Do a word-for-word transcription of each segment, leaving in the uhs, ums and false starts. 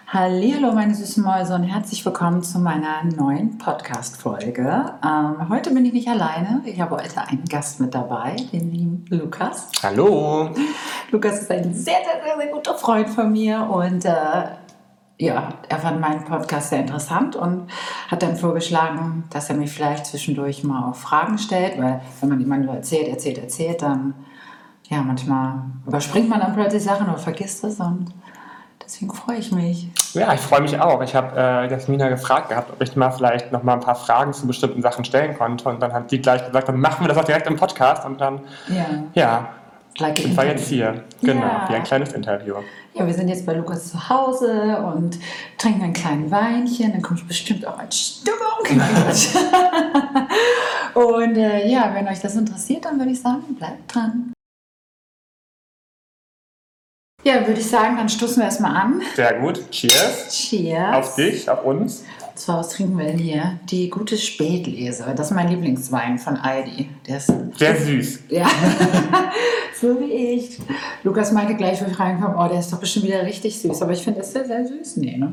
Hallihallo meine süßen Mäuse und herzlich willkommen zu meiner neuen Podcast-Folge. Ähm, heute bin ich nicht alleine, ich habe heute einen Gast mit dabei, den lieben Lukas. Hallo! Lukas ist ein sehr, sehr, sehr, sehr guter Freund von mir und äh, ja, er fand meinen Podcast sehr interessant und hat dann vorgeschlagen, dass er mir vielleicht zwischendurch mal auch Fragen stellt, weil wenn man immer nur erzählt, erzählt, erzählt, dann ja, manchmal überspringt man dann plötzlich Sachen oder vergisst es und deswegen freue ich mich. Ja, ich freue mich auch. Ich habe äh, Jasmina gefragt gehabt, ob ich mal vielleicht noch mal ein paar Fragen zu bestimmten Sachen stellen konnte. Und dann hat sie gleich gesagt, dann machen wir das auch direkt im Podcast. Und dann, ja, ja like sind wir jetzt hier. Genau, ja. Wie ein kleines Interview. Ja, wir sind jetzt bei Lukas zu Hause und trinken ein kleines Weinchen. Dann komme ich bestimmt auch in Stimmung. Und äh, ja, wenn euch das interessiert, dann würde ich sagen, bleibt dran. Ja, würde ich sagen, dann stoßen wir erstmal an. Sehr gut. Cheers. Cheers. Auf dich, auf uns. Und zwar, was trinken wir denn hier? Die gute Spätlese. Das ist mein Lieblingswein von Aldi. Der ist sehr süß. Ja, so wie ich. Lukas meinte gleich, wo ich reinkomme, oh, der ist doch bestimmt wieder richtig süß. Aber ich finde, das ist sehr, sehr süß. Nee, ne?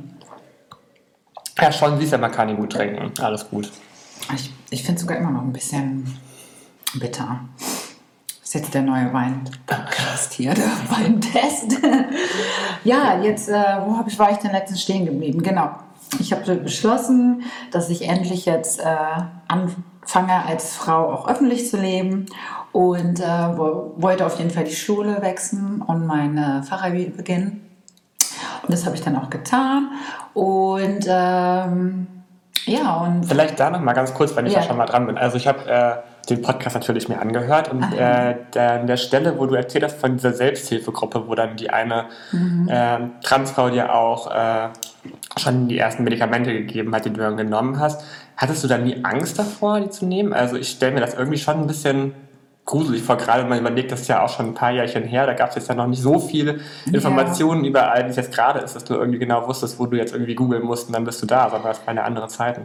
Ja, schon süß, aber man kann ihn gut trinken. Alles gut. Ich, ich finde es sogar immer noch ein bisschen bitter. Das ist jetzt der neue Wein-Podcast hier, der Weintest. Ja, jetzt, äh, wo hab ich, war ich denn letztens stehen geblieben? Genau. Ich habe beschlossen, dass ich endlich jetzt äh, anfange, als Frau auch öffentlich zu leben und äh, wollte auf jeden Fall die Schule wechseln und meine Fachabi beginnen. Und das habe ich dann auch getan. Und ähm, ja, und... Vielleicht da noch mal ganz kurz, wenn ich ja. da schon mal dran bin. Also ich habe... Äh, den Podcast natürlich mir angehört und äh, der, an der Stelle, wo du erzählt hast von dieser Selbsthilfegruppe, wo dann die eine mhm. äh, Transfrau dir auch äh, schon die ersten Medikamente gegeben hat, die du dann genommen hast, hattest du dann nie Angst davor, die zu nehmen? Also ich stelle mir das irgendwie schon ein bisschen gruselig vor, gerade wenn man überlegt, das ist ja auch schon ein paar Jährchen her, da gab es jetzt ja noch nicht so viele Informationen ja. überall, wie es jetzt gerade ist, dass du irgendwie genau wusstest, wo du jetzt irgendwie googeln musst und dann bist du da, sondern das waren ja andere Zeiten.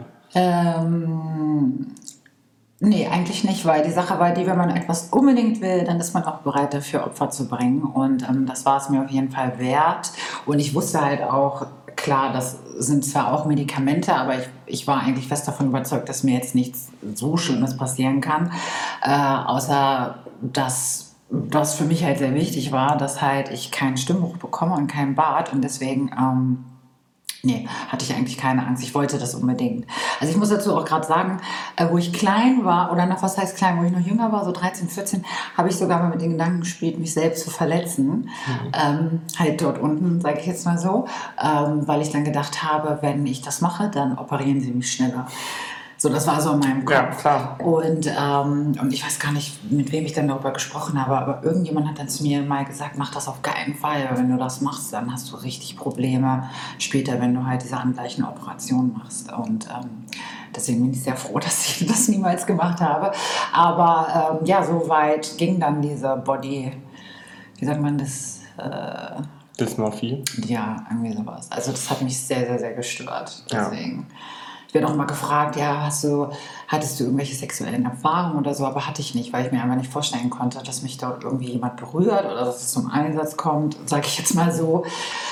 Ähm... Nee, eigentlich nicht, weil die Sache war die, wenn man etwas unbedingt will, dann ist man auch bereit dafür Opfer zu bringen und ähm, das war es mir auf jeden Fall wert und ich wusste halt auch, klar, das sind zwar auch Medikamente, aber ich, ich war eigentlich fest davon überzeugt, dass mir jetzt nichts so Schlimmes passieren kann, äh, außer dass das für mich halt sehr wichtig war, dass halt ich keinen Stimmbruch bekomme und keinen Bart und deswegen... Ähm, Nee, hatte ich eigentlich keine Angst. Ich wollte das unbedingt. Also ich muss dazu auch gerade sagen, äh, wo ich klein war, oder noch was heißt klein, wo ich noch jünger war, so dreizehn, vierzehn, habe ich sogar mal mit den Gedanken gespielt, mich selbst zu verletzen. Mhm. Ähm, halt dort unten, sage ich jetzt mal so. Ähm, weil ich dann gedacht habe, wenn ich das mache, dann operieren sie mich schneller. So, das war so in meinem Kopf. Ja, klar. Und, ähm, und ich weiß gar nicht, mit wem ich dann darüber gesprochen habe, aber irgendjemand hat dann zu mir mal gesagt, mach das auf keinen Fall. Wenn du das machst, dann hast du richtig Probleme später, wenn du halt diese angleichen Operationen machst. Und ähm, deswegen bin ich sehr froh, dass ich das niemals gemacht habe. Aber ähm, ja, so weit ging dann diese Body, wie sagt man das? Äh, Dysmorphie? Ja, irgendwie sowas. Also das hat mich sehr, sehr, sehr gestört. Deswegen... Ja. Ich werde auch mal gefragt, ja, hast du, hattest du irgendwelche sexuellen Erfahrungen oder so, aber hatte ich nicht, weil ich mir einfach nicht vorstellen konnte, dass mich dort irgendwie jemand berührt oder dass es zum Einsatz kommt, sage ich jetzt mal so,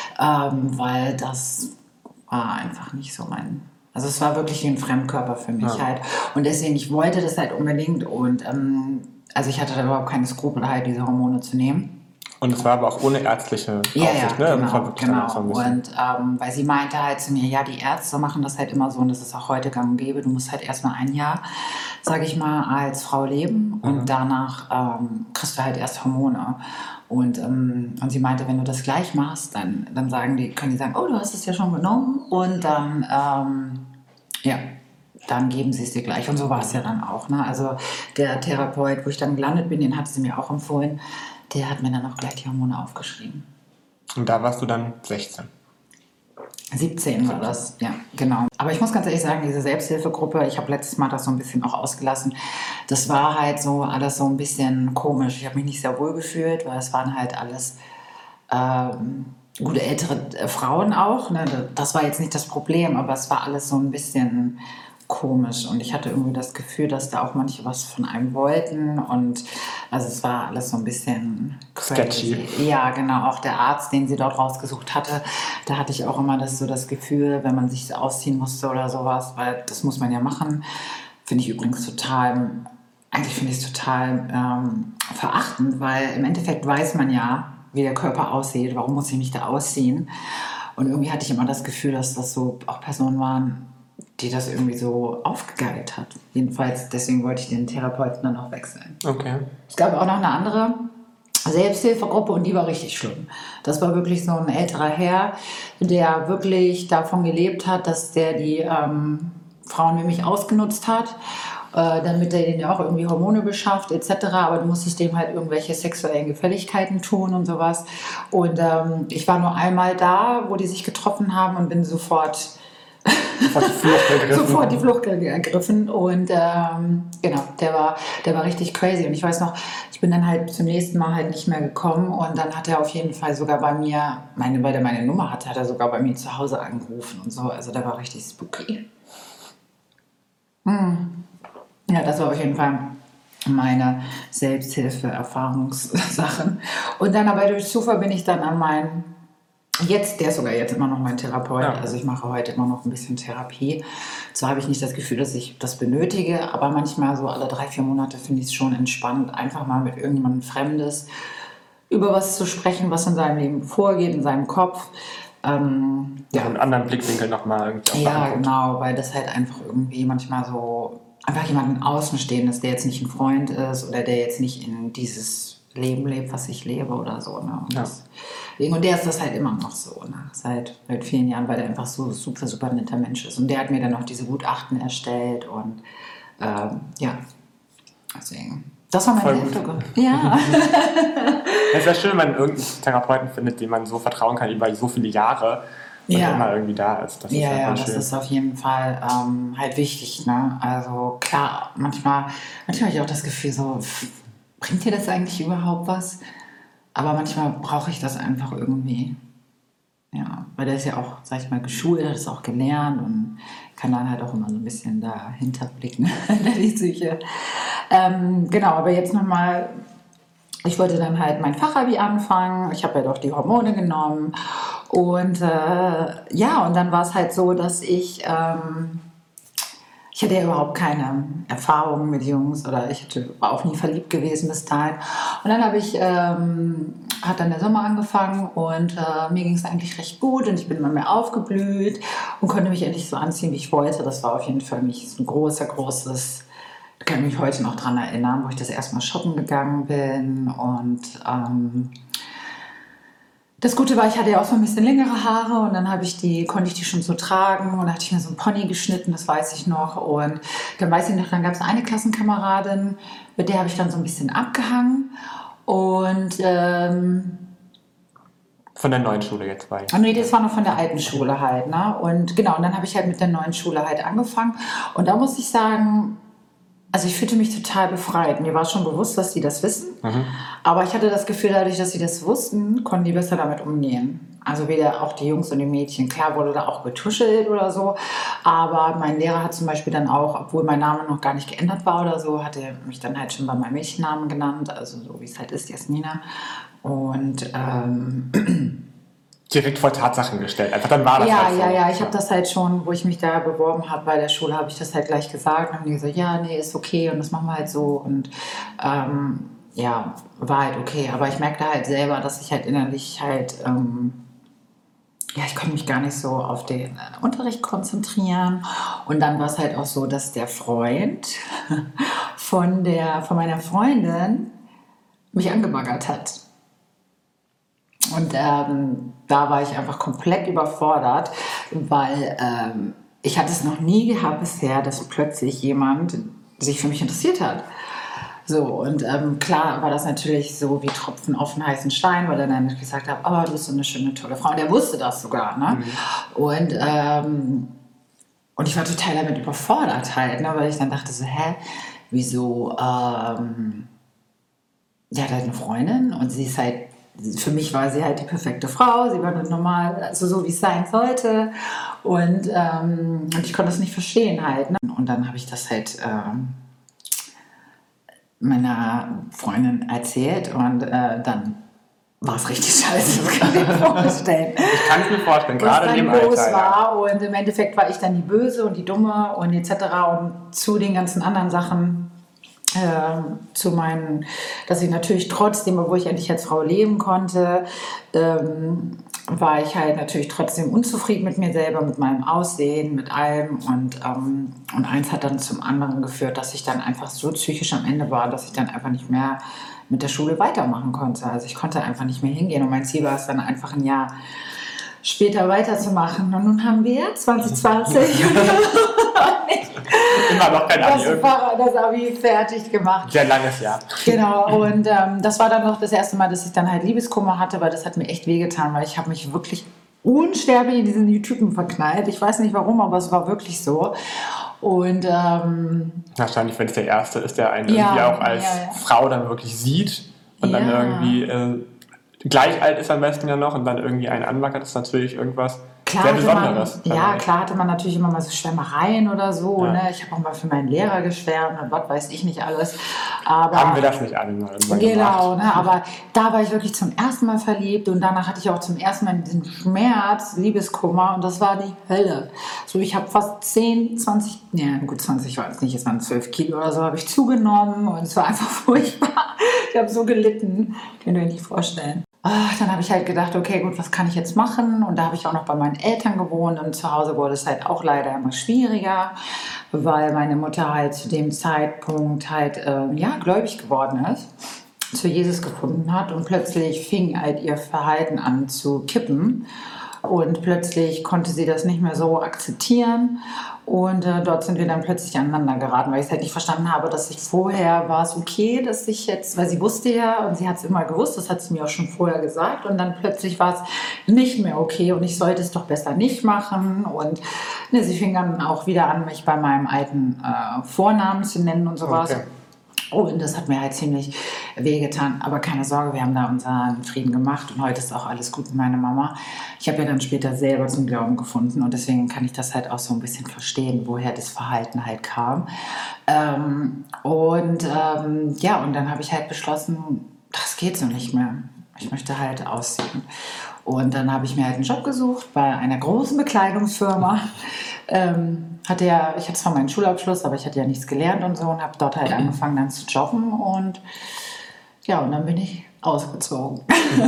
ähm, weil das war einfach nicht so mein, also es war wirklich wie ein Fremdkörper für mich ja. halt und deswegen, ich wollte das halt unbedingt und ähm, also ich hatte da überhaupt keine Skrupel halt, diese Hormone zu nehmen. Und es war aber auch ohne ärztliche Aufsicht, ja, ja, ne? Genau, genau. Und ähm, weil sie meinte halt zu mir, ja, die Ärzte machen das halt immer so und das ist auch heute gang und gäbe. Du musst halt erstmal ein Jahr, sage ich mal, als Frau leben und mhm. danach ähm, kriegst du halt erst Hormone. Und, ähm, und sie meinte, wenn du das gleich machst, dann, dann sagen die, können die sagen, oh, du hast es ja schon genommen und dann, ähm, ja, dann geben sie es dir gleich. Und so war es ja dann auch. Ne? Also der Therapeut, wo ich dann gelandet bin, den hatte sie mir auch empfohlen, der hat mir dann auch gleich die Hormone aufgeschrieben. Und da warst du dann sechzehn? siebzehn war das, ja, genau. Aber ich muss ganz ehrlich sagen, diese Selbsthilfegruppe, ich habe letztes Mal das so ein bisschen auch ausgelassen, das war halt so alles so ein bisschen komisch. Ich habe mich nicht sehr wohl gefühlt, weil es waren halt alles ähm, gute ältere Frauen auch. Ne? Das war jetzt nicht das Problem, aber es war alles so ein bisschen komisch und ich hatte irgendwie das Gefühl, dass da auch manche was von einem wollten und also es war alles so ein bisschen sketchy. Ja, genau, auch der Arzt, den sie dort rausgesucht hatte, da hatte ich auch immer das, so das Gefühl, wenn man sich so ausziehen musste oder sowas, weil das muss man ja machen, finde ich übrigens total, eigentlich finde ich es total ähm, verachtend, weil im Endeffekt weiß man ja, wie der Körper aussieht, warum muss ich mich da ausziehen und irgendwie hatte ich immer das Gefühl, dass das so auch Personen waren, die das irgendwie so aufgegeilt hat. Jedenfalls, deswegen wollte ich den Therapeuten dann auch wechseln. Okay. Es gab auch noch eine andere Selbsthilfegruppe und die war richtig schlimm. Das war wirklich so ein älterer Herr, der wirklich davon gelebt hat, dass der die ähm, Frauen nämlich ausgenutzt hat, äh, damit er denen ja auch irgendwie Hormone beschafft et cetera. Aber du musstest dem halt irgendwelche sexuellen Gefälligkeiten tun und sowas. Und ähm, ich war nur einmal da, wo die sich getroffen haben und bin sofort Sofort die Flucht ergriffen. Sofort die Flucht ergriffen und ähm, genau, der war, der war richtig crazy und ich weiß noch, ich bin dann halt zum nächsten Mal halt nicht mehr gekommen und dann hat er auf jeden Fall sogar bei mir, meine, weil er meine Nummer hatte, hat er sogar bei mir zu Hause angerufen und so, also der war richtig spooky. Hm. Ja, das war auf jeden Fall meine Selbsthilfe-Erfahrungssachen und dann aber durch Zufall bin ich dann an meinen Jetzt, der ist sogar jetzt immer noch mein Therapeut, ja. Also ich mache heute immer noch ein bisschen Therapie. Zwar habe ich nicht das Gefühl, dass ich das benötige, aber manchmal so alle drei, vier Monate finde ich es schon entspannt, einfach mal mit irgendjemandem Fremdes über was zu sprechen, was in seinem Leben vorgeht, in seinem Kopf. Ähm, ja, einen anderen Blickwinkel nochmal irgendwie. Ja, genau, weil das halt einfach irgendwie manchmal so, einfach jemanden Außenstehendes, der jetzt nicht ein Freund ist oder der jetzt nicht in dieses Leben lebt, was ich lebe oder so. Ne? Und, ja. das, und der ist das halt immer noch so, ne? seit, seit vielen Jahren, weil der einfach so super, super netter Mensch ist. Und der hat mir dann auch diese Gutachten erstellt und ähm, ja, deswegen. Das war meine Hilfe. Ja. Es wäre schön, wenn man irgendeinen Therapeuten findet, dem man so vertrauen kann über so viele Jahre und ja. immer irgendwie da ist. Das ja, ist ja, das schön. ist auf jeden Fall ähm, halt wichtig. Ne? Also klar, manchmal, manchmal habe ich auch das Gefühl so, bringt dir das eigentlich überhaupt was? Aber manchmal brauche ich das einfach irgendwie. Ja, weil der ist ja auch, sag ich mal, geschult, hat es auch gelernt und kann dann halt auch immer so ein bisschen dahinter blicken in die Psyche. Ähm, genau, aber jetzt nochmal, ich wollte dann halt mein Fachabi anfangen, ich habe ja doch die Hormone genommen und äh, ja, und dann war es halt so, dass ich, ähm, ich hatte ja überhaupt keine Erfahrung mit Jungs oder ich hatte, war auch nie verliebt gewesen bis dahin. Und dann habe ich, ähm, hat dann der Sommer angefangen und äh, mir ging es eigentlich recht gut und ich bin immer mehr aufgeblüht und konnte mich endlich so anziehen, wie ich wollte. Das war auf jeden Fall für mich ein großer, großes, da kann ich mich heute noch dran erinnern, wo ich das erste Mal shoppen gegangen bin und ähm, das Gute war, ich hatte ja auch so ein bisschen längere Haare und dann habe ich die, konnte ich die schon so tragen und dann hatte ich mir so einen Pony geschnitten, das weiß ich noch. Und dann weiß ich noch, dann gab es eine Klassenkameradin, mit der habe ich dann so ein bisschen abgehangen. Und ähm, von der neuen Schule jetzt war ich. Oh nee, das war noch von der alten Schule halt, ne? Und genau, und dann habe ich halt mit der neuen Schule halt angefangen. Und da muss ich sagen, also ich fühlte mich total befreit. Mir war schon bewusst, dass die das wissen. Mhm. Aber ich hatte das Gefühl, dadurch, dass sie das wussten, konnten die besser damit umgehen. Also weder auch die Jungs und die Mädchen. Klar wurde da auch getuschelt oder so. Aber mein Lehrer hat zum Beispiel dann auch, obwohl mein Name noch gar nicht geändert war oder so, hat er mich dann halt schon bei meinem Mädchennamen genannt. Also so wie es halt ist, Jasmina. Und ähm, direkt vor Tatsachen gestellt. Einfach dann war das ja, halt so. Ja, ja, ich habe das halt schon, wo ich mich da beworben habe bei der Schule, habe ich das halt gleich gesagt. Und haben die gesagt, ja, nee, ist okay und das machen wir halt so. Und ähm, ja, war halt okay. Aber ich merkte halt selber, dass ich halt innerlich halt, ähm, ja, ich konnte mich gar nicht so auf den Unterricht konzentrieren. Und dann war es halt auch so, dass der Freund von, der, von meiner Freundin mich angebaggert hat. Und ähm, da war ich einfach komplett überfordert, weil ähm, ich hatte es noch nie gehabt bisher, dass plötzlich jemand sich für mich interessiert hat. So, und ähm, klar war das natürlich so wie Tropfen auf den heißen Stein, weil er dann gesagt hat, oh, du bist so eine schöne, tolle Frau. Und er wusste das sogar, ne? Mhm. Und, ähm, und ich war total damit überfordert halt, ne? Weil ich dann dachte so, hä, wieso, ähm, ja, deine Freundin und sie ist halt für mich war sie halt die perfekte Frau, sie war nur normal, also so wie es sein sollte und, ähm, und ich konnte es nicht verstehen halt. Ne? Und dann habe ich das halt ähm, meiner Freundin erzählt und äh, dann war es richtig scheiße, das kann ich mir vorstellen. Ich kann es mir vorstellen, gerade in dem Alter. Alter. War. Und im Endeffekt war ich dann die Böse und die Dumme und et cetera. Und zu den ganzen anderen Sachen, äh, zu meinen, dass ich natürlich trotzdem, obwohl ich endlich als Frau leben konnte, ähm, war ich halt natürlich trotzdem unzufrieden mit mir selber, mit meinem Aussehen, mit allem. Und, ähm, und eins hat dann zum anderen geführt, dass ich dann einfach so psychisch am Ende war, dass ich dann einfach nicht mehr mit der Schule weitermachen konnte. Also ich konnte einfach nicht mehr hingehen und mein Ziel war es dann einfach ein Jahr später weiterzumachen. Und nun haben wir zwanzig zwanzig immer noch kein Abi. Das, war, das Abi fertig gemacht. Sehr langes Jahr. Genau, und ähm, das war dann noch das erste Mal, dass ich dann halt Liebeskummer hatte, weil das hat mir echt wehgetan, weil ich habe mich wirklich unsterblich in diesen Typen verknallt. Ich weiß nicht warum, aber es war wirklich so. Und ähm, wahrscheinlich, wenn es der Erste ist, der einen ja, irgendwie auch als ja, ja. Frau dann wirklich sieht und ja. dann irgendwie äh, gleich alt ist am besten ja noch und dann irgendwie einen anwackert, ist natürlich irgendwas klar sehr Besonderes. Man, ja, klar hatte man natürlich immer mal so Schwärmereien oder so. Ja. Ne? Ich habe auch mal für meinen Lehrer geschwärmt und was weiß ich nicht alles. Aber haben wir das nicht alle mal irgendwann genau, gemacht? Ne? Aber da war ich wirklich zum ersten Mal verliebt und danach hatte ich auch zum ersten Mal diesen Schmerz, Liebeskummer und das war die Hölle. So, ich habe fast zehn, zwanzig, ja gut, zwanzig war es nicht, es waren zwölf Kilo oder so, habe ich zugenommen und es war einfach furchtbar. Ich habe so gelitten, könnt ihr euch nicht vorstellen. Ach, dann habe ich halt gedacht, okay, gut, was kann ich jetzt machen? Und da habe ich auch noch bei meinen Eltern gewohnt und zu Hause wurde es halt auch leider immer schwieriger, weil meine Mutter halt zu dem Zeitpunkt halt, äh, ja, gläubig geworden ist, zu Jesus gefunden hat und plötzlich fing halt ihr Verhalten an zu kippen. Und plötzlich konnte sie das nicht mehr so akzeptieren und äh, dort sind wir dann plötzlich aneinander geraten, weil ich es halt nicht verstanden habe, dass ich vorher war es okay, dass ich jetzt, weil sie wusste ja und sie hat es immer gewusst, das hat sie mir auch schon vorher gesagt und dann plötzlich war es nicht mehr okay und ich sollte es doch besser nicht machen und ne, sie fing dann auch wieder an, mich bei meinem alten äh, Vornamen zu nennen und sowas. Okay. Oh, und das hat mir halt ziemlich wehgetan. Aber keine Sorge, wir haben da unseren Frieden gemacht und heute ist auch alles gut mit meiner Mama. Ich habe ja dann später selber zum Glauben gefunden und deswegen kann ich das halt auch so ein bisschen verstehen, woher das Verhalten halt kam. Ähm, und ähm, ja, und dann habe ich halt beschlossen, das geht so nicht mehr. Ich möchte halt ausziehen. Und dann habe ich mir halt einen Job gesucht bei einer großen Bekleidungsfirma. Ähm, hatte ja, ich hatte zwar meinen Schulabschluss, aber ich hatte ja nichts gelernt und so und habe dort halt angefangen dann zu jobben und ja, und dann bin ich ausgezogen.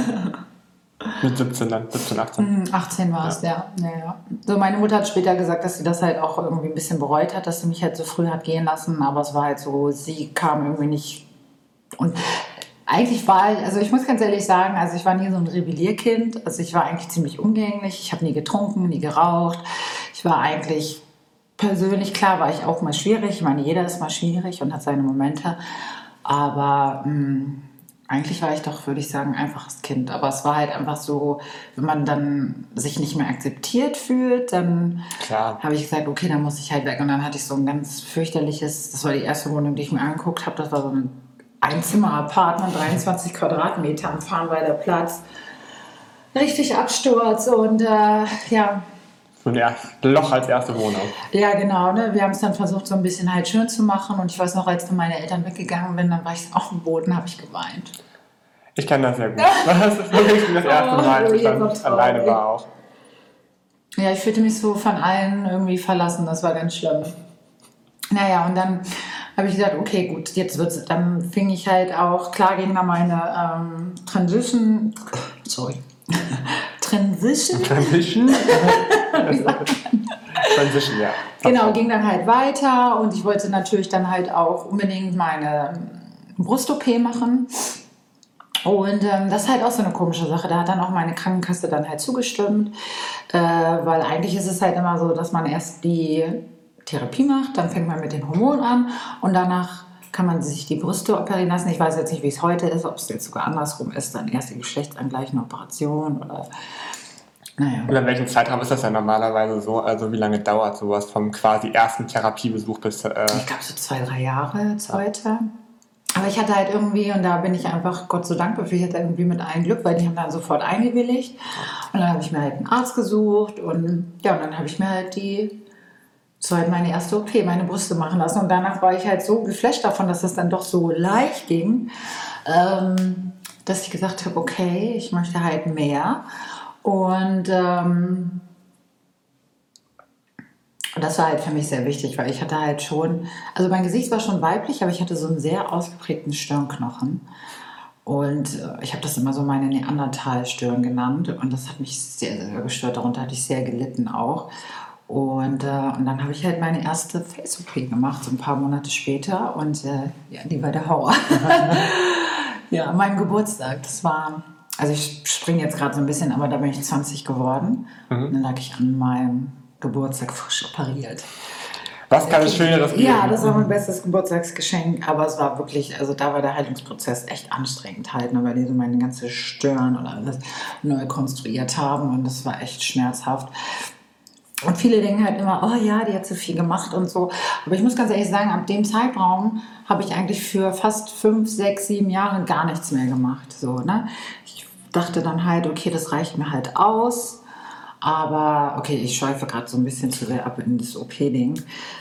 Mit siebzehn dann, siebzehn, achtzehn? achtzehn war es, ja. Ja, ja. So, meine Mutter hat später gesagt, dass sie das halt auch irgendwie ein bisschen bereut hat, dass sie mich halt so früh hat gehen lassen, aber es war halt so, sie kam irgendwie nicht und eigentlich war ich, also ich muss ganz ehrlich sagen, also ich war nie so ein Rebellierkind, also ich war eigentlich ziemlich umgänglich, ich habe nie getrunken, nie geraucht, ich war eigentlich persönlich, klar war ich auch mal schwierig, ich meine, jeder ist mal schwierig und hat seine Momente, aber mh, eigentlich war ich doch, würde ich sagen, ein einfaches Kind, aber es war halt einfach so, wenn man dann sich nicht mehr akzeptiert fühlt, dann habe ich gesagt, okay, dann muss ich halt weg und dann hatte ich so ein ganz fürchterliches, das war die erste Wohnung, die ich mir angeguckt habe, das war so ein Einzimmer-Apartment, dreiundzwanzig Quadratmeter am Farnweiler Platz. Richtig Absturz und äh, ja. So ein Loch als erste Wohnung. Ja, genau. Ne? Wir haben es dann versucht, so ein bisschen halt schön zu machen. Und ich weiß noch, als dann meine Eltern weggegangen bin, dann war ich auf dem Boden, habe ich geweint. Ich kenne das sehr gut. Das ist wirklich das erste Mal, als ich dann alleine war auch. Ja, ich fühlte mich so von allen irgendwie verlassen. Das war ganz schlimm. Naja, und dann habe ich gesagt, okay, gut, jetzt wird's, dann fing ich halt auch, klar ging da meine ähm, Transition, sorry, Transition? Transition? Transition, ja. Genau, ging dann halt weiter und ich wollte natürlich dann halt auch unbedingt meine Brust-O P machen und ähm, das ist halt auch so eine komische Sache, da hat dann auch meine Krankenkasse dann halt zugestimmt, äh, weil eigentlich ist es halt immer so, dass man erst die Therapie macht, dann fängt man mit den Hormonen an und danach kann man sich die Brüste operieren lassen. Ich weiß jetzt nicht, wie es heute ist, ob es jetzt sogar andersrum ist, dann erst die geschlechtsangleichende Operation oder naja. Und in welchem Zeitraum ist das ja normalerweise so? Also wie lange dauert sowas vom quasi ersten Therapiebesuch bis... Äh ich glaube so zwei, drei Jahre jetzt heute. aber ich hatte halt irgendwie, und da bin ich einfach Gott so dankbar für, ich hatte irgendwie mit allen Glück, weil die haben dann sofort eingewilligt. Und dann habe ich mir halt einen Arzt gesucht und ja, und dann habe ich mir halt die, so halt meine erste O P, meine Brüste machen lassen. Und danach war ich halt so geflasht davon, dass das dann doch so leicht ging, ähm, dass ich gesagt habe, okay, ich möchte halt mehr. Und ähm, Und das war halt für mich sehr wichtig, weil ich hatte halt schon, also mein Gesicht war schon weiblich, aber ich hatte so einen sehr ausgeprägten Stirnknochen. Und äh, ich habe das immer so meine Neandertal-Stirn genannt. Und das hat mich sehr, sehr gestört. Darunter hatte ich sehr gelitten auch. Und, äh, und dann habe ich halt meine erste Face-O P gemacht, so ein paar Monate später. Und äh, ja, die war der Horror. Ja, an meinem Geburtstag. Das war, also ich springe jetzt gerade so ein bisschen, aber da bin ich zwanzig geworden. Mhm. Und dann lag ich an meinem Geburtstag frisch operiert. Was kann es Schöneres geben? Ja, das war mein bestes Geburtstagsgeschenk, aber es war wirklich, also da war der Heilungsprozess echt anstrengend halt, ne, weil die so meine ganze Stirn und alles neu konstruiert haben und das war echt schmerzhaft. Und viele denken halt immer, oh ja, die hat so viel gemacht und so. Aber ich muss ganz ehrlich sagen, ab dem Zeitraum habe ich eigentlich für fast fünf, sechs, sieben Jahre gar nichts mehr gemacht. So, ne? Ich dachte dann halt, okay, das reicht mir halt aus. Aber, okay, ich schweife gerade so ein bisschen zu sehr ab in das O P-Ding.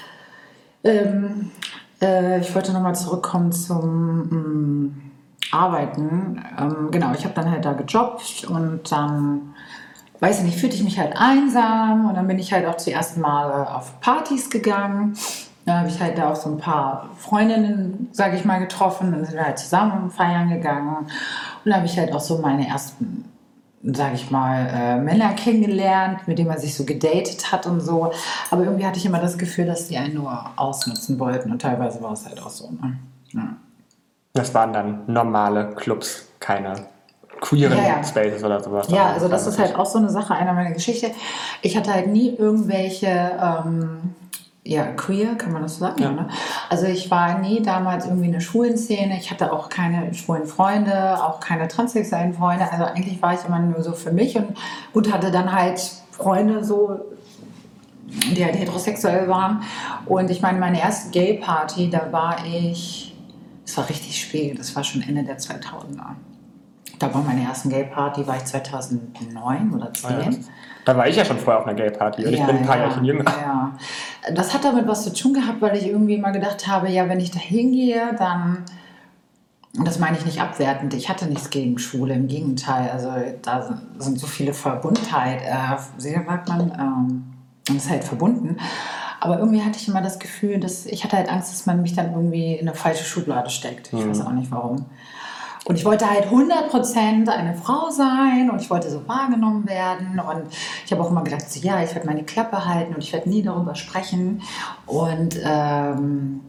Ähm, äh, ich wollte nochmal zurückkommen zum ähm, Arbeiten. Ähm, genau, ich habe dann halt da gejobbt und dann... weiß ich nicht, fühlte ich mich halt einsam und dann bin ich halt auch zum ersten Mal auf Partys gegangen. Dann habe ich halt da auch so ein paar Freundinnen, sage ich mal, getroffen. Dann sind wir halt zusammen feiern gegangen. Und dann habe ich halt auch so meine ersten, sage ich mal, äh, Männer kennengelernt, mit denen man sich so gedatet hat und so. Aber irgendwie hatte ich immer das Gefühl, dass die einen nur ausnutzen wollten und teilweise war es halt auch so. Ne? Ja. Das waren dann normale Clubs, keine queeren ja, ja. Spaces oder sowas. Ja, also das ist halt auch so eine Sache, einer meiner Geschichte. Ich hatte halt nie irgendwelche, ähm, ja, queer, kann man das so sagen? Ja. Ne? Also ich war nie damals irgendwie in der schwulen Szene. Ich hatte auch keine schwulen Freunde, auch keine transsexuellen Freunde. Also eigentlich war ich immer nur so für mich und gut, hatte dann halt Freunde so, die halt heterosexuell waren. Und ich meine, meine erste Gay-Party, da war ich, das war richtig spät, das war schon Ende der zweitausender. Da war meine erste Gay-Party, war ich zweitausendneun oder zehn. Ja, da war ich ja schon vorher auf einer Gay-Party und ja, ich bin ein paar ja, Jahre jünger. Ja. Das hat damit was zu tun gehabt, weil ich irgendwie mal gedacht habe, ja, wenn ich da hingehe, dann, und das meine ich nicht abwertend, ich hatte nichts gegen Schwule, im Gegenteil, also da sind, sind so viele Verbundenheit, äh, sehr sagt man, ähm, und es ist halt verbunden. Aber irgendwie hatte ich immer das Gefühl, dass ich hatte halt Angst, dass man mich dann irgendwie in eine falsche Schublade steckt. Ich mhm. weiß auch nicht warum. Und ich wollte halt hundert Prozent eine Frau sein und ich wollte so wahrgenommen werden. Und ich habe auch immer gedacht, so, ja, ich werde meine Klappe halten und ich werde nie darüber sprechen. Und ähm,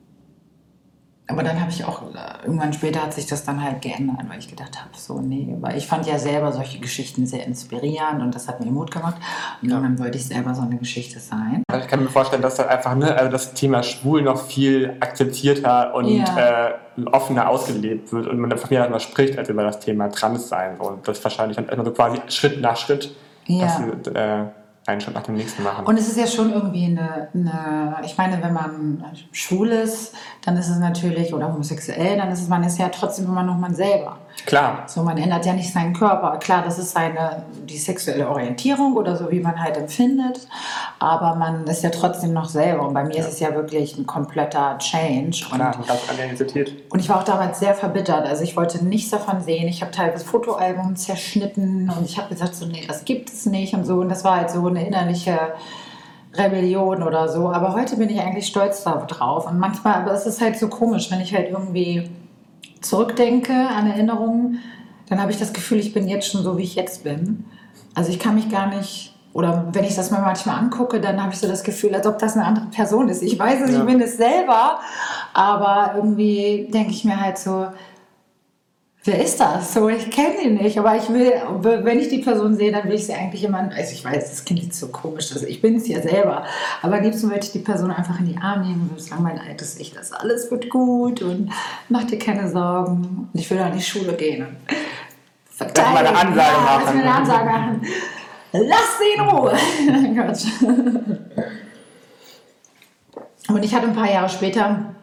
aber dann habe ich auch, irgendwann später hat sich das dann halt geändert, weil ich gedacht habe, so, nee, weil ich fand ja selber solche Geschichten sehr inspirierend und das hat mir Mut gemacht. Und ja. dann wollte ich selber so eine Geschichte sein. Ich kann mir vorstellen, dass das einfach ne, also das Thema Schwul noch viel akzeptierter und ja. äh, offener ausgelebt wird und man von mir darüber spricht, als über das Thema Transsein. Und das wahrscheinlich dann immer so quasi Schritt nach Schritt, ja. dass sie, äh, einen Schritt nach dem nächsten machen. Und es ist ja schon irgendwie eine, eine, ich meine, wenn man schwul ist, dann ist es natürlich, oder homosexuell, dann ist es, man ist ja trotzdem immer noch man selber. Klar. So, man ändert ja nicht seinen Körper. Klar, das ist seine, die sexuelle Orientierung oder so, wie man halt empfindet, aber man ist ja trotzdem noch selber. Und bei mir ja. ist es ja wirklich ein kompletter Change. Klar, und ganz andere Identität. Und ich war auch damals sehr verbittert. Also ich wollte nichts davon sehen. Ich habe teilweise Fotoalbum zerschnitten und ich habe gesagt, so, nee, das gibt es nicht und so. Und das war halt so eine innerliche Rebellion oder so. Aber heute bin ich eigentlich stolz darauf. Und manchmal, aber es ist halt so komisch, wenn ich halt irgendwie zurückdenke an Erinnerungen, dann habe ich das Gefühl, ich bin jetzt schon so, wie ich jetzt bin. Also ich kann mich gar nicht, oder wenn ich das mir manchmal angucke, dann habe ich so das Gefühl, als ob das eine andere Person ist. Ich weiß es, ja. ich bin es selber, aber irgendwie denke ich mir halt so, wer ist das? So, ich kenne ihn nicht, aber ich will, wenn ich die Person sehe, dann will ich sie eigentlich immer, also ich weiß, das klingt jetzt so komisch, also ich bin es ja selber, aber am liebsten würde ich die Person einfach in die Arme nehmen und sagen, mein altes Ich, das alles wird gut und mach dir keine Sorgen und ich will an die Schule gehen und verteidigen. Lass mal eine Ansage ja, machen. Lass mir eine Ansage machen. Lass sie in Ruhe. Und ich hatte ein paar Jahre später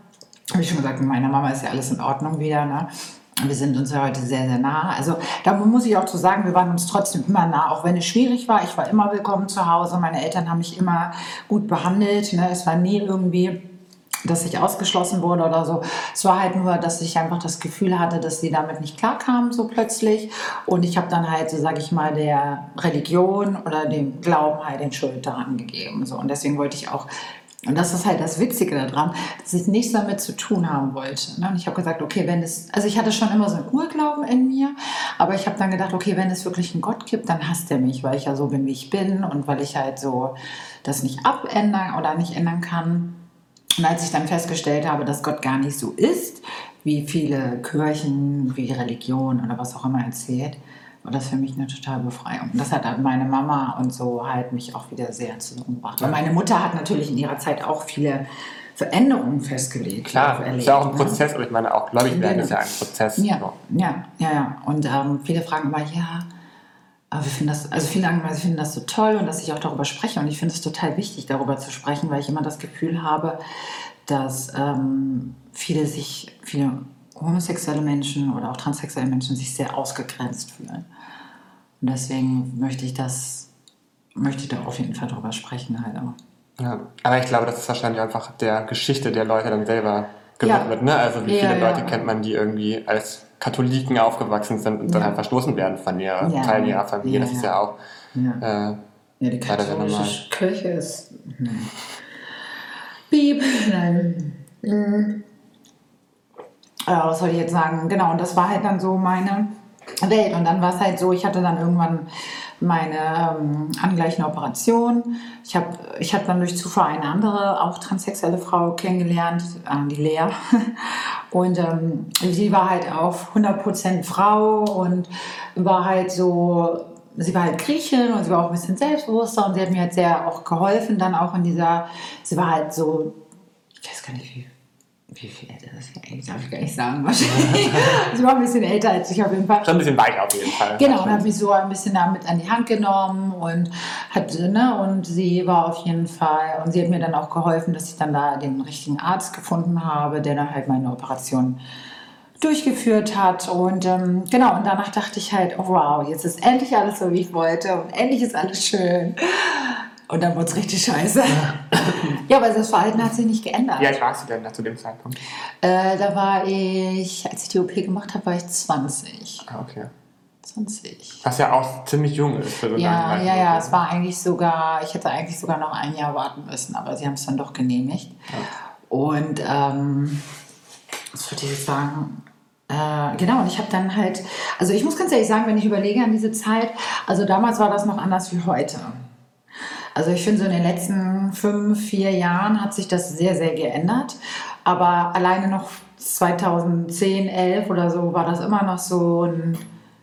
habe ich schon gesagt, mit meiner Mama ist ja alles in Ordnung wieder, ne? Wir sind uns ja heute sehr, sehr nah. Also da muss ich auch zu sagen, wir waren uns trotzdem immer nah, auch wenn es schwierig war. Ich war immer willkommen zu Hause. Meine Eltern haben mich immer gut behandelt. Ne? Es war nie irgendwie, dass ich ausgeschlossen wurde oder so. Es war halt nur, dass ich einfach das Gefühl hatte, dass sie damit nicht klarkamen so plötzlich. Und ich habe dann halt, so sage ich mal, der Religion oder dem Glauben halt den Schuld daran gegeben. So. Und deswegen wollte ich auch... Und das ist halt das Witzige daran, dass ich nichts damit zu tun haben wollte. Und ich habe gesagt, okay, wenn es, also ich hatte schon immer so einen Urglauben in mir, aber ich habe dann gedacht, okay, wenn es wirklich einen Gott gibt, dann hasst er mich, weil ich ja so bin, wie ich bin und weil ich halt so das nicht abändern oder nicht ändern kann. Und als ich dann festgestellt habe, dass Gott gar nicht so ist, wie viele Kirchen, wie Religion oder was auch immer erzählt, war das für mich eine totale Befreiung. Und das hat halt meine Mama und so halt mich auch wieder sehr zusammengebracht. Weil meine Mutter hat natürlich in ihrer Zeit auch viele Veränderungen festgelegt. Klar, erlebt, ist ja auch ein Prozess, aber ich meine, auch gläubig werden ist ja ein Prozess. Ja, so. ja, ja, ja. Und ähm, viele fragen immer, ja, aber wir finden das, also viele sagen immer, sie finden das so toll und dass ich auch darüber spreche. Und ich finde es total wichtig, darüber zu sprechen, weil ich immer das Gefühl habe, dass ähm, viele sich, viele homosexuelle Menschen oder auch transsexuelle Menschen sich sehr ausgegrenzt fühlen. Und deswegen möchte ich das, möchte ich da auf jeden Fall drüber sprechen halt auch. Ja, aber ich glaube, das ist wahrscheinlich einfach der Geschichte der Leute dann selber gewidmet, ja. Ne? Also wie viele ja, Leute ja. kennt man, die irgendwie als Katholiken aufgewachsen sind und ja. dann halt verstoßen werden von ihrer ja. Teilen ihrer Familie. Ja, das ist ja auch ja. Äh, ja, die katholische Kirche ist nein. Piep, nein. Mhm. Ja, was soll ich jetzt sagen? Genau, und das war halt dann so meine Welt. Und dann war es halt so, ich hatte dann irgendwann meine ähm, angleichende Operation. Ich habe ich hab dann durch Zufall eine andere, auch transsexuelle Frau kennengelernt, äh, die Lea. Und ähm, sie war halt auf hundert Prozent Frau und war halt so, sie war halt Griechin und sie war auch ein bisschen selbstbewusster und sie hat mir halt sehr auch geholfen, dann auch in dieser, sie war halt so, ich weiß gar nicht wie, Wie viel älter ist das? Das darf ich gar nicht sagen. Wahrscheinlich. Sie war ein bisschen älter als ich auf jeden Fall. Schon ein bisschen weiter auf jeden Fall. Genau, und hat mich so ein bisschen damit an die Hand genommen und hat, ne, und sie war auf jeden Fall, und sie hat mir dann auch geholfen, dass ich dann da den richtigen Arzt gefunden habe, der dann halt meine Operation durchgeführt hat. Und ähm, genau, und danach dachte ich halt, oh wow, jetzt ist endlich alles so, wie ich wollte und endlich ist alles schön. Und dann wurde es richtig scheiße. Ja, aber das Verhalten hat sich nicht geändert. Wie alt warst du denn da zu dem Zeitpunkt? Äh, da war ich, als ich die O P gemacht habe, war ich zwanzig. Ah, okay. zwanzig. Was ja auch ziemlich jung ist. Für so ja, ja, ja, es war eigentlich sogar, ich hätte eigentlich sogar noch ein Jahr warten müssen, aber sie haben es dann doch genehmigt. Ja. Und, ähm, was würde ich jetzt sagen? Äh, genau, und ich habe dann halt, also ich muss ganz ehrlich sagen, wenn ich überlege an diese Zeit, also damals war das noch anders wie heute. Also ich finde, so in den letzten fünf, vier Jahren hat sich das sehr, sehr geändert. Aber alleine noch zweitausendzehn, elf oder so war das immer noch so ein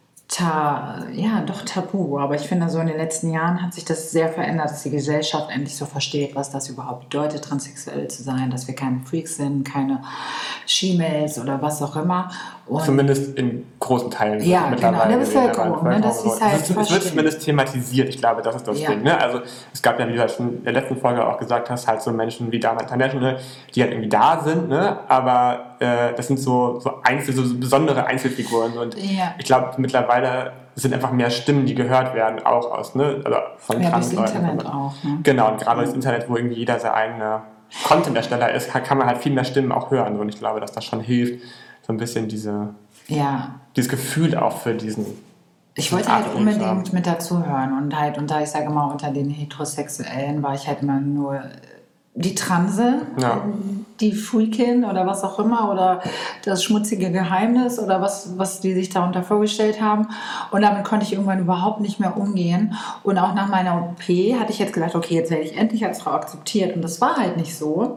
Ta- ja, doch Tabu. Aber ich finde, so in den letzten Jahren hat sich das sehr verändert, dass die Gesellschaft endlich so versteht, was das überhaupt bedeutet, transsexuell zu sein, dass wir keine Freaks sind, keine She-Mails oder was auch immer. Und zumindest in großen Teilen. Ja, genau, in der Bevölkerung. Ne, dass es, halt es wird zumindest thematisiert. Ich glaube, das ist das ja. Ding. Ne? Also es gab ja, wie du schon in der letzten Folge auch gesagt hast, halt so Menschen wie Dharma International, die halt irgendwie da sind, ne? Aber äh, das sind so, so, Einzel, so besondere Einzelfiguren. Und ja. ich glaube, mittlerweile sind einfach mehr Stimmen, die gehört werden, auch aus, ne? Also von ja, das Internet auch. Ne? Genau, und gerade ja. das Internet, wo irgendwie jeder sein eigener Content-Ersteller ist, kann man halt viel mehr Stimmen auch hören. Und ich glaube, dass das schon hilft, so ein bisschen diese, ja. dieses Gefühl auch für diesen. Ich wollte halt unbedingt mit dazuhören. Und halt unter, ich sage mal, unter den Heterosexuellen war ich halt immer nur die Transe, ja. die Freakin oder was auch immer oder das schmutzige Geheimnis oder was, was die sich darunter vorgestellt haben. Und damit konnte ich irgendwann überhaupt nicht mehr umgehen. Und auch nach meiner O P hatte ich jetzt gedacht, okay, jetzt werde ich endlich als Frau akzeptiert. Und das war halt nicht so.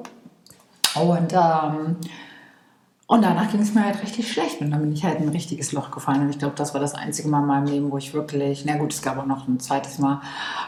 Und ähm, Und danach ging es mir halt richtig schlecht und dann bin ich halt in ein richtiges Loch gefallen. Und ich glaube, das war das einzige Mal in meinem Leben, wo ich wirklich, na gut, es gab auch noch ein zweites Mal,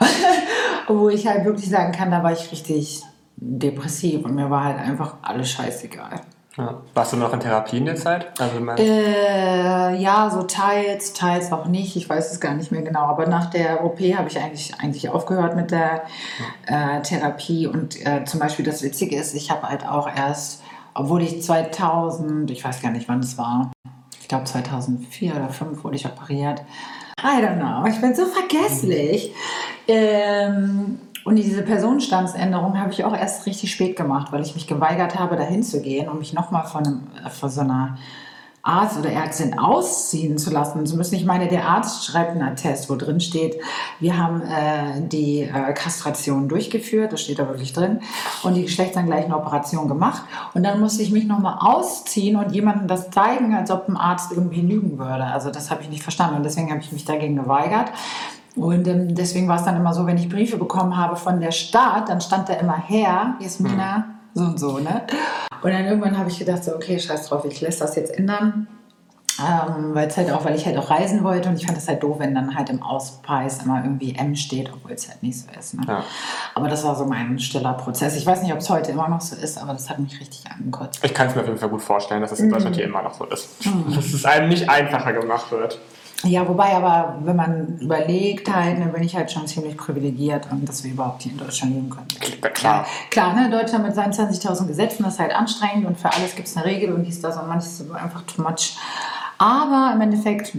wo ich halt wirklich sagen kann, da war ich richtig depressiv und mir war halt einfach alles scheißegal. Ja. Warst du noch in Therapie in der Zeit? Also äh, ja, so teils, teils auch nicht. Ich weiß es gar nicht mehr genau. Aber nach der O P habe ich eigentlich, eigentlich aufgehört mit der äh, Therapie. Und äh, zum Beispiel das Witzige ist, ich habe halt auch erst obwohl ich zweitausend, ich weiß gar nicht, wann es war, ich glaube zweitausendvier oder zweitausendfünf wurde ich operiert. I don't know, ich bin so vergesslich. Ähm, und diese Personenstandsänderung habe ich auch erst richtig spät gemacht, weil ich mich geweigert habe, dahin zu gehen und mich nochmal von, einem, von so einer Arzt oder Ärztin ausziehen zu lassen zu müssen. Ich meine, der Arzt schreibt einen Attest, wo drin steht, wir haben äh, die äh, Kastration durchgeführt, das steht da wirklich drin, und die geschlechtsangleichende Operation gemacht. Und dann musste ich mich nochmal ausziehen und jemandem das zeigen, als ob ein Arzt irgendwie lügen würde. Also das habe ich nicht verstanden und deswegen habe ich mich dagegen geweigert. Und ähm, deswegen war es dann immer so, wenn ich Briefe bekommen habe von der Stadt, dann stand da immer her, Jasmina, so und so, ne? Und dann irgendwann habe ich gedacht, so, okay, scheiß drauf, ich lässt das jetzt ändern. Ähm, weil, halt auch, weil ich halt auch reisen wollte und ich fand das halt doof, wenn dann halt im Ausweis immer irgendwie M steht, obwohl es halt nicht so ist. Ne? Ja. Aber das war so mein stiller Prozess. Ich weiß nicht, ob es heute immer noch so ist, aber das hat mich richtig angekotzt. Ich kann es mir auf jeden Fall gut vorstellen, dass es in Deutschland mm. hier immer noch so ist. Mm. Dass es einem nicht einfacher gemacht wird. Ja, wobei aber, wenn man überlegt, halt, dann bin ich halt schon ziemlich privilegiert, und dass wir überhaupt hier in Deutschland leben können. Klar, klar, ne, Deutschland mit seinen zwanzigtausend Gesetzen, das ist halt anstrengend und für alles gibt es eine Regel und dies, das und manches ist einfach too much. Aber im Endeffekt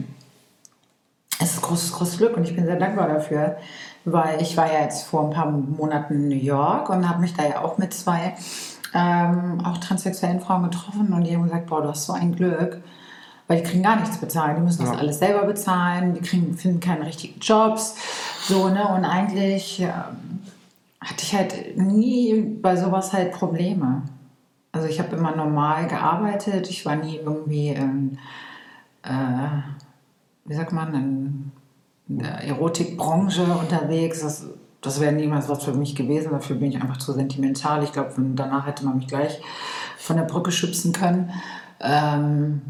es ist großes, großes Glück und ich bin sehr dankbar dafür, weil ich war ja jetzt vor ein paar Monaten in New York und habe mich da ja auch mit zwei ähm, auch transsexuellen Frauen getroffen und die haben gesagt, boah, du hast so ein Glück. Weil die kriegen gar nichts bezahlt, die müssen das ja. alles selber bezahlen, die kriegen, finden keine richtigen Jobs, so, ne, und eigentlich ja, hatte ich halt nie bei sowas halt Probleme. Also ich habe immer normal gearbeitet, ich war nie irgendwie in, äh, wie sagt man, in, in der Erotikbranche unterwegs, das, das wäre niemals was für mich gewesen, dafür bin ich einfach zu sentimental, ich glaube, danach hätte man mich gleich von der Brücke schubsen können. Ähm,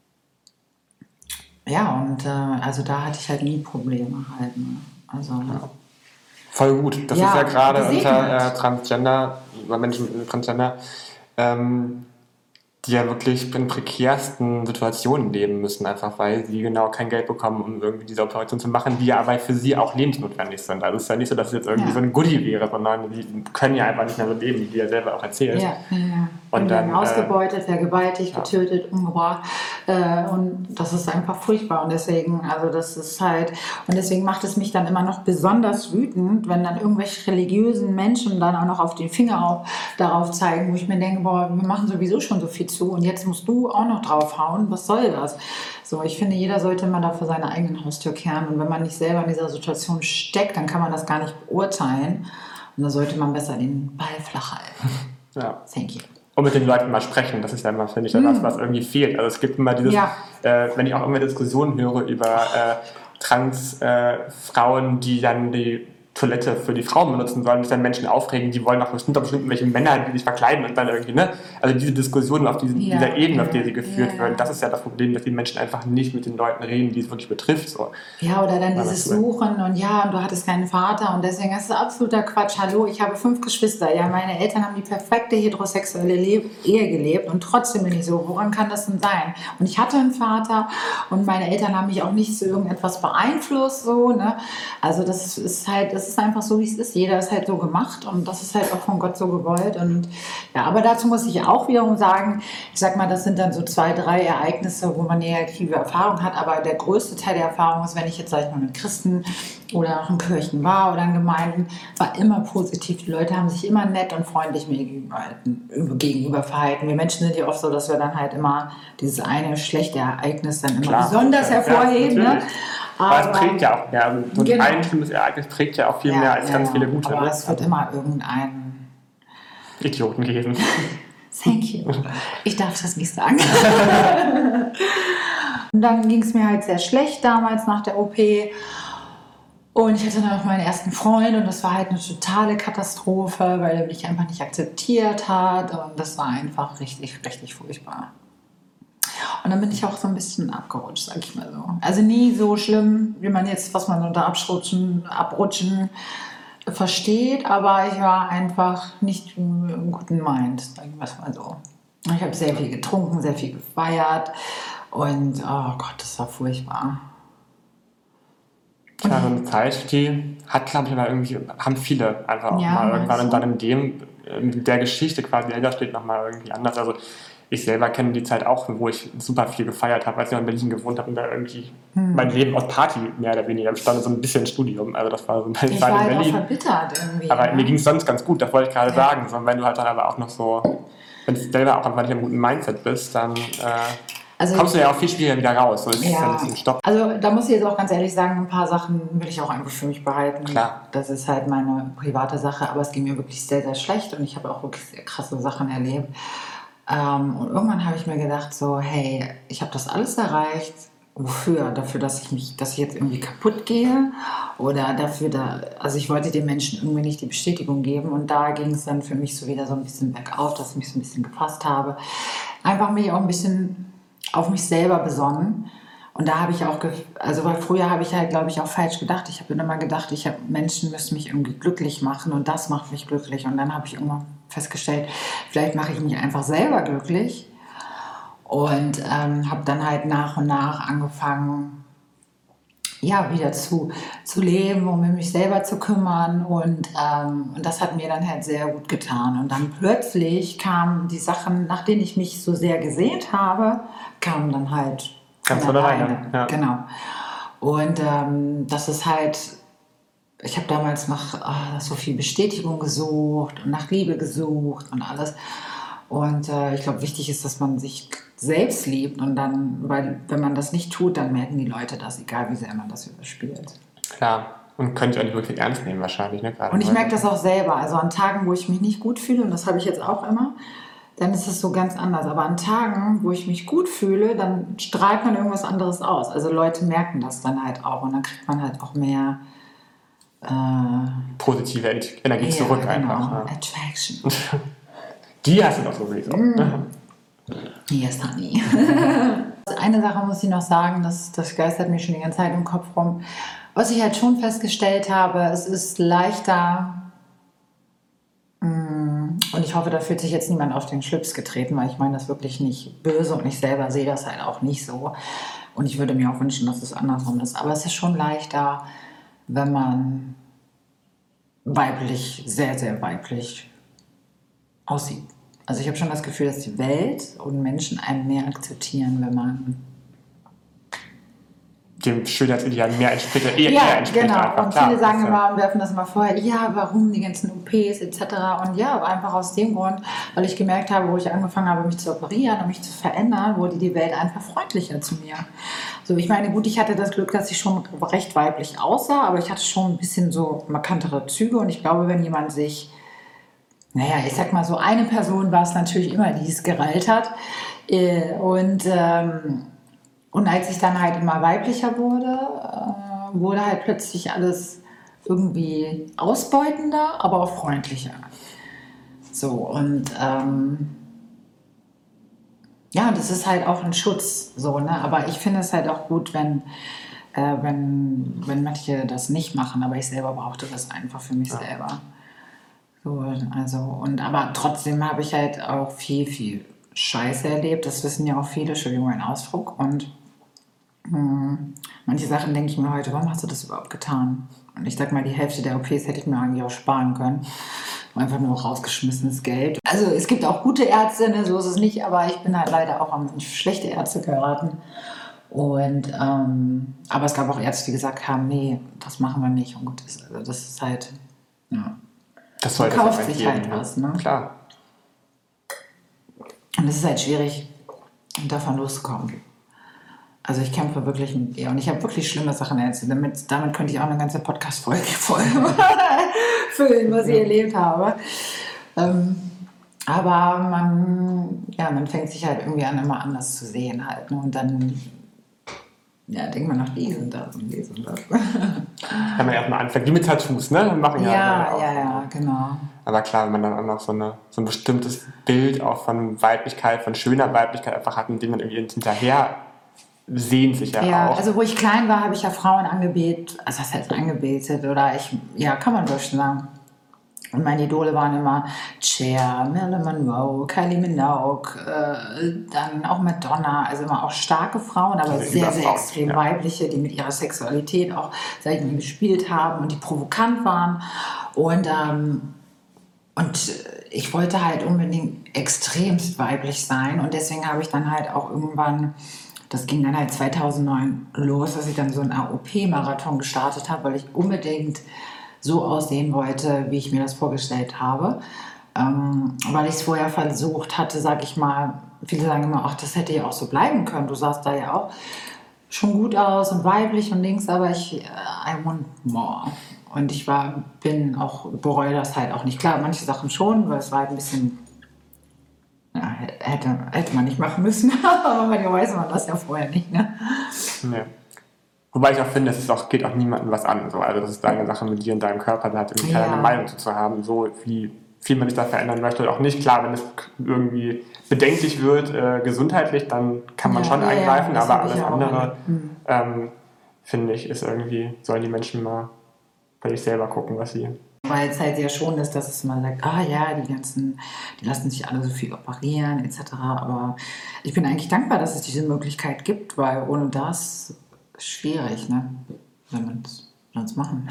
Ja, und äh, also da hatte ich halt nie Probleme halt. Ne? Also, ja. Voll gut. Das ja, ist ja gerade unter äh, Transgender, bei Menschen mit Transgender, ähm, die ja wirklich in prekärsten Situationen leben müssen, einfach weil sie genau kein Geld bekommen, um irgendwie diese Operation zu machen, die ja aber für sie auch lebensnotwendig sind. Also es ist ja nicht so, dass es jetzt irgendwie ja. so ein Goodie wäre, sondern die können ja einfach nicht mehr so leben, wie die ja selber auch erzählt. Ja, ja, ja. Und, und dann ausgebeutet, äh, vergewaltigt, ja. getötet, umgebracht. Äh, und das ist einfach furchtbar. Und deswegen, also das ist halt, und deswegen macht es mich dann immer noch besonders wütend, wenn dann irgendwelche religiösen Menschen dann auch noch auf den Finger auf, darauf zeigen, wo ich mir denke, boah, wir machen sowieso schon so viel zu und jetzt musst du auch noch draufhauen. Was soll das? So, ich finde, jeder sollte immer da vor seiner eigenen Haustür kehren. Und wenn man nicht selber in dieser Situation steckt, dann kann man das gar nicht beurteilen. Und dann sollte man besser den Ball flach halten. Ja. Thank you. Und mit den Leuten mal sprechen, das ist ja immer, finde ich, das, was irgendwie fehlt. Also es gibt immer dieses, ja. äh, wenn ich auch immer Diskussionen höre über äh, Trans-Frauen, äh, die dann die Toilette für die Frauen benutzen sollen, sich dann Menschen aufregen, die wollen auch bestimmt, bestimmt welche Männer, die sich verkleiden und dann irgendwie, ne? Also diese Diskussionen auf diesen, ja, dieser Ebene, auf der sie geführt ja. werden, das ist ja das Problem, dass die Menschen einfach nicht mit den Leuten reden, die es wirklich betrifft. So. Ja, oder dann dieses Suchen und ja, und du hattest keinen Vater und deswegen ist das absoluter Quatsch. Hallo, ich habe fünf Geschwister, ja, meine Eltern haben die perfekte heterosexuelle Le- Ehe gelebt und trotzdem bin ich so, woran kann das denn sein? Und ich hatte einen Vater und meine Eltern haben mich auch nicht zu irgendetwas beeinflusst, so, ne? Also das ist halt, das ist einfach so, wie es ist. Jeder ist halt so gemacht und das ist halt auch von Gott so gewollt. Und ja, aber dazu muss ich auch wiederum sagen, ich sag mal, das sind dann so zwei, drei Ereignisse, wo man negative Erfahrungen hat, aber der größte Teil der Erfahrung ist, wenn ich jetzt, sag ich mal, mit Christen oder auch in Kirchen war oder in Gemeinden, war immer positiv. Die Leute haben sich immer nett und freundlich mir gegenüber, gegenüber verhalten. Wir Menschen sind ja oft so, dass wir dann halt immer dieses eine schlechte Ereignis dann immer Klar. besonders hervorheben. Ja, ne? Aber, aber es prägt ja auch mehr. Also so ein genau. ein schlimmes Ereignis prägt ja auch viel ja, mehr als ja, ganz viele gute. Aber ne? es wird immer irgendeinen Idioten geben. Thank you. Ich darf das nicht sagen. Und dann ging es mir halt sehr schlecht damals nach der O P. Und ich hatte dann auch meinen ersten Freund und das war halt eine totale Katastrophe, weil er mich einfach nicht akzeptiert hat. Und das war einfach richtig, richtig furchtbar. Und dann bin ich auch so ein bisschen abgerutscht, sag ich mal so. Also nie so schlimm, wie man jetzt, was man unter Abrutschen, Abrutschen versteht, aber ich war einfach nicht im guten Mind, sagen wir es mal so. Ich habe sehr viel getrunken, sehr viel gefeiert und oh Gott, das war furchtbar. Klar, so eine Zeit, die hat, glaube ich, aber irgendwie, haben viele einfach auch Ja, mal irgendwann meinst und du? dann in dem, in der Geschichte quasi, die dahinter steht, nochmal irgendwie anders. Also ich selber kenne die Zeit auch, wo ich super viel gefeiert habe, als ich noch in Berlin gewohnt habe und da irgendwie mein Leben aus Party mehr oder weniger bestand, so ein bisschen Studium. Also das war so meine Ich Zeit war in halt auch Berlin. verbittert irgendwie. Aber ne? mir ging es sonst ganz gut, das wollte ich gerade Ja. sagen. So, wenn du halt dann aber auch noch so, wenn du selber auch einfach nicht im guten Mindset bist, dann äh, Also- kommst du ja auch viel schwieriger wieder raus. So ist ja Ja, nicht so ein Stopp. also da muss ich jetzt auch ganz ehrlich sagen, ein paar Sachen will ich auch einfach für mich behalten. Klar. Das ist halt meine private Sache, aber es ging mir wirklich sehr, sehr schlecht und ich habe auch wirklich sehr krasse Sachen erlebt. Ähm, und irgendwann habe ich mir gedacht so, hey, ich habe das alles erreicht. Wofür? Dafür, dass ich mich, dass ich jetzt irgendwie kaputt gehe? Oder dafür, da, also ich wollte den Menschen irgendwie nicht die Bestätigung geben und da ging es dann für mich so wieder so ein bisschen bergauf, dass ich mich so ein bisschen gefasst habe. Einfach mich auch ein bisschen auf mich selber besonnen. Und da habe ich auch, ge- also weil früher habe ich halt, glaube ich, auch falsch gedacht. Ich habe immer gedacht, ich habe Menschen müssen mich irgendwie glücklich machen und das macht mich glücklich. Und dann habe ich irgendwann festgestellt, vielleicht mache ich mich einfach selber glücklich. Und ähm, habe dann halt nach und nach angefangen, ja, wieder zu, zu leben, um mich selber zu kümmern. Und, ähm, und das hat mir dann halt sehr gut getan. Und dann plötzlich kamen die Sachen, nach denen ich mich so sehr gesehnt habe, kamen dann halt Ganz von von alleine, ja. Genau. Und ähm, das ist halt, ich habe damals nach ah, so viel Bestätigung gesucht und nach Liebe gesucht und alles. Und äh, ich glaube, wichtig ist, dass man sich selbst liebt und dann, weil wenn man das nicht tut, dann merken die Leute das, egal wie sehr man das überspielt. Klar. Und könnt ihr auch nicht wirklich ernst nehmen wahrscheinlich. Ne? Gerade Und ich heute. merke das auch selber. Also an Tagen, wo ich mich nicht gut fühle, und das habe ich jetzt auch immer, dann ist es so ganz anders. Aber an Tagen, wo ich mich gut fühle, dann strahlt man irgendwas anderes aus. Also Leute merken das dann halt auch und dann kriegt man halt auch mehr äh, Positive Energie ja, zurück genau, einfach. Ja. Attraction. Die hast du doch sowieso. Mm. Yes, honey. Eine Sache muss ich noch sagen, das, das geistert mir schon die ganze Zeit im Kopf rum. Was ich halt schon festgestellt habe, es ist leichter, mm, und ich hoffe, da fühlt sich jetzt niemand auf den Schlips getreten, weil ich meine das wirklich nicht böse und ich selber sehe das halt auch nicht so. Und ich würde mir auch wünschen, dass es andersrum ist. Aber es ist schon leichter, wenn man weiblich, sehr, sehr weiblich aussieht. Also ich habe schon das Gefühl, dass die Welt und Menschen einen mehr akzeptieren, wenn man... Dem Schönheitsideal mehr entspricht. Eher, Ja, eher entspricht genau. einfach. Und Klar, viele sagen das ist immer und werfen das immer vorher, ja, warum die ganzen O Ps et cetera. Und ja, aber einfach aus dem Grund, weil ich gemerkt habe, wo ich angefangen habe, mich zu operieren und mich zu verändern, wurde die Welt einfach freundlicher zu mir. So, ich meine, gut, ich hatte das Glück, dass ich schon recht weiblich aussah, aber ich hatte schon ein bisschen so markantere Züge und ich glaube, wenn jemand sich... Naja, ich sag mal so, eine Person war es natürlich immer, die es gereilt hat. Äh, Und, ähm, und als ich dann halt immer weiblicher wurde, äh, wurde halt plötzlich alles irgendwie ausbeutender, aber auch freundlicher. So, und ähm, ja, das ist halt auch ein Schutz, so, ne? Aber ich finde es halt auch gut, wenn, äh, wenn, wenn manche das nicht machen, aber ich selber brauchte das einfach für mich Ja. selber. So, also, und aber trotzdem habe ich halt auch viel, viel Scheiße erlebt. Das wissen ja auch viele, Entschuldigung, mein Ausdruck. Und mh, manche Sachen denke ich mir heute, warum hast du das überhaupt getan? Und ich sag mal, die Hälfte der O Ps hätte ich mir eigentlich auch sparen können. Einfach nur rausgeschmissenes Geld. Also es gibt auch gute Ärzte, ne, so ist es nicht, aber ich bin halt leider auch an schlechte Ärzte geraten. Und, ähm, aber es gab auch Ärzte, die gesagt haben, nee, das machen wir nicht. Und gut, das, also das ist halt, ja. Das Man sollte kauft es sich geben, halt was, ne? Klar. Und es ist halt schwierig, davon loszukommen. Also ich kämpfe wirklich mit ihr und ich habe wirklich schlimme Sachen erzählt. Damit, damit könnte ich auch eine ganze Podcast-Folge voll füllen, was ich erlebt habe. Ähm, aber man, ja, man fängt sich halt irgendwie an, immer anders zu sehen halt. Ne? Und dann ja, denkt man noch dies und das und dies und das. Wenn man erstmal anfängt, wie mit Tattoos, ne? Machen Ja, ja, ja, ja, genau. Aber klar, wenn man dann auch noch so, eine, so ein bestimmtes Bild auch von Weiblichkeit, von schöner Weiblichkeit einfach hat, mit dem man irgendwie hinterher sehen sich ja, Ja, auch. also wo ich klein war, habe ich ja Frauen angebetet, also das heißt angebetet oder ich, ja, kann man wirklich sagen. Und meine Idole waren immer Cher, Marilyn Monroe, Kylie Minogue, äh, dann auch Madonna, also immer auch starke Frauen, aber also sehr, sehr extrem ja. weibliche, die mit ihrer Sexualität auch, sag ich mal, gespielt haben und die provokant waren. Und, ähm, und ich wollte halt unbedingt extremst weiblich sein und deswegen habe ich dann halt auch irgendwann, das ging dann halt zweitausendneun los, dass ich dann so einen A O P-Marathon gestartet habe, weil ich unbedingt so aussehen wollte, wie ich mir das vorgestellt habe. Ähm, weil ich es vorher versucht hatte, sag ich mal, viele sagen immer, ach, das hätte ja auch so bleiben können. Du sahst da ja auch schon gut aus und weiblich und links, aber ich, uh, I want more. Und ich war, bin auch, bereue das halt auch nicht. Klar, manche Sachen schon, weil es war halt ein bisschen, ja, hätte, hätte man nicht machen müssen, aber manchmal weiß man das ja vorher nicht, ne? Nee. Wobei ich auch finde, es ist auch, geht auch niemandem was an. So. Also das ist deine Sache mit dir und deinem Körper, da hat irgendwie keine ja. Meinung zu haben, so wie viel man sich da verändern möchte oder auch nicht. Klar, wenn es irgendwie bedenklich wird, äh, gesundheitlich, dann kann man ja, schon ja, eingreifen, ja, aber alles andere, mhm. ähm, finde ich, ist irgendwie, sollen die Menschen mal bei sich selber gucken, was sie... Weil es halt sehr schon ist, dass es mal sagt, ah ja, die ganzen, die lassen sich alle so viel operieren et cetera. Aber ich bin eigentlich dankbar, dass es diese Möglichkeit gibt, weil ohne das schwierig, ne? Wenn wir es sonst machen.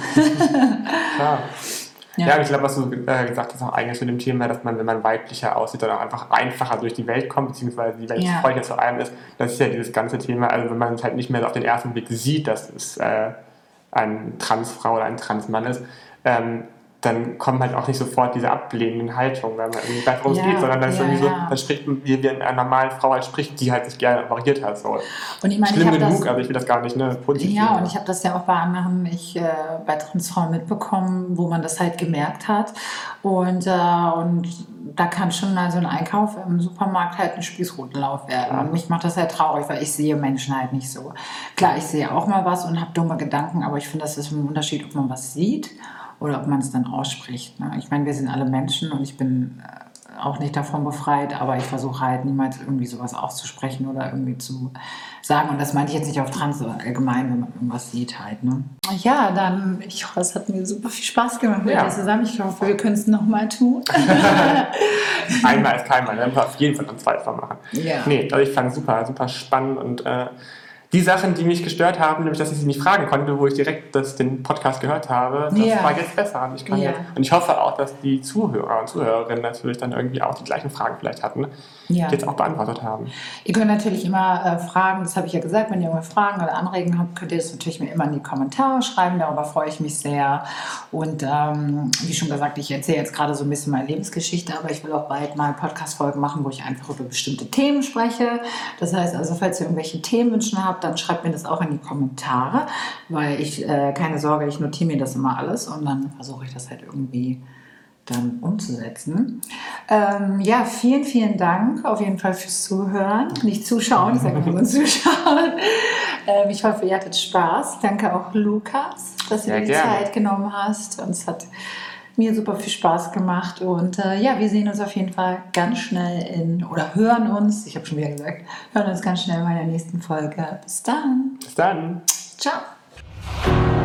Klar. Ja. ja, und ich glaube, was du äh, gesagt hast, auch eigentlich zu dem Thema, dass man, wenn man weiblicher aussieht, dann auch einfach einfacher durch die Welt kommt, beziehungsweise die Welt ja. freundlicher zu einem ist. Das ist ja dieses ganze Thema, also wenn man es halt nicht mehr auf den ersten Blick sieht, dass es äh, eine Transfrau oder ein Transmann ist, ähm, dann kommen halt auch nicht sofort diese ablehnenden Haltungen, weil man irgendwie weiß, worum es ja, geht, sondern dann, ja, ist so, ja. dann spricht man, wie, wie eine normale Frau halt spricht, die halt sich gerne operiert hat. So. Und ich meine, schlimm ich genug, das, aber ich will das gar nicht ne, positiv. Ja, und ich habe das ja auch bei anderen, ich äh, bei Transfrauen mitbekommen, wo man das halt gemerkt hat. Und, äh, und da kann schon also ein Einkauf im Supermarkt halt ein Spießrutenlauf werden. Ja. Und mich macht das halt traurig, weil ich sehe Menschen halt nicht so. Klar, ich sehe auch mal was und habe dumme Gedanken, aber ich finde, das ist ein Unterschied, ob man was sieht oder ob man es dann ausspricht. Ne? Ich meine, wir sind alle Menschen und ich bin äh, auch nicht davon befreit, aber ich versuche halt niemals irgendwie sowas auszusprechen oder irgendwie zu sagen. Und das meine ich jetzt nicht auf Trans oder allgemein, wenn man irgendwas sieht halt. Ne? Ja, dann, ich hoffe, es hat mir super viel Spaß gemacht mit ja. dir zusammen. Ich hoffe, wir können es nochmal tun. Einmal ist keinmal, dann auf jeden Fall ein zweites Mal machen. Ja. Nee, also ich fand es super, super spannend und äh, die Sachen, die mich gestört haben, nämlich, dass ich sie nicht fragen konnte, wo ich direkt das, den Podcast gehört habe, das ja. war jetzt besser. Und ich, kann ja. jetzt, und ich hoffe auch, dass die Zuhörer und Zuhörerinnen natürlich dann irgendwie auch die gleichen Fragen vielleicht hatten, ja. die jetzt auch beantwortet haben. Ihr könnt natürlich immer äh, fragen, das habe ich ja gesagt, wenn ihr irgendwelche Fragen oder Anregungen habt, könnt ihr das natürlich mir immer in die Kommentare schreiben, darüber freue ich mich sehr. Und ähm, wie schon gesagt, ich erzähle jetzt gerade so ein bisschen meine Lebensgeschichte, aber ich will auch bald mal Podcast-Folgen machen, wo ich einfach über bestimmte Themen spreche. Das heißt also, falls ihr irgendwelche Themenwünsche habt, dann schreibt mir das auch in die Kommentare, weil ich, äh, keine Sorge, ich notiere mir das immer alles und dann versuche ich das halt irgendwie dann umzusetzen. Ähm, ja, vielen, vielen Dank auf jeden Fall fürs Zuhören. Nicht zuschauen, ich sage immer so zuschauen. Ähm, ich hoffe, ihr hattet Spaß. Danke auch, Lukas, dass du dir die Zeit genommen hast. Und es hat mir super viel Spaß gemacht. Und äh, ja, wir sehen uns auf jeden Fall ganz schnell in, oder hören uns, ich habe schon wieder gesagt, hören uns ganz schnell in meiner nächsten Folge. Bis dann. Bis dann. Ciao.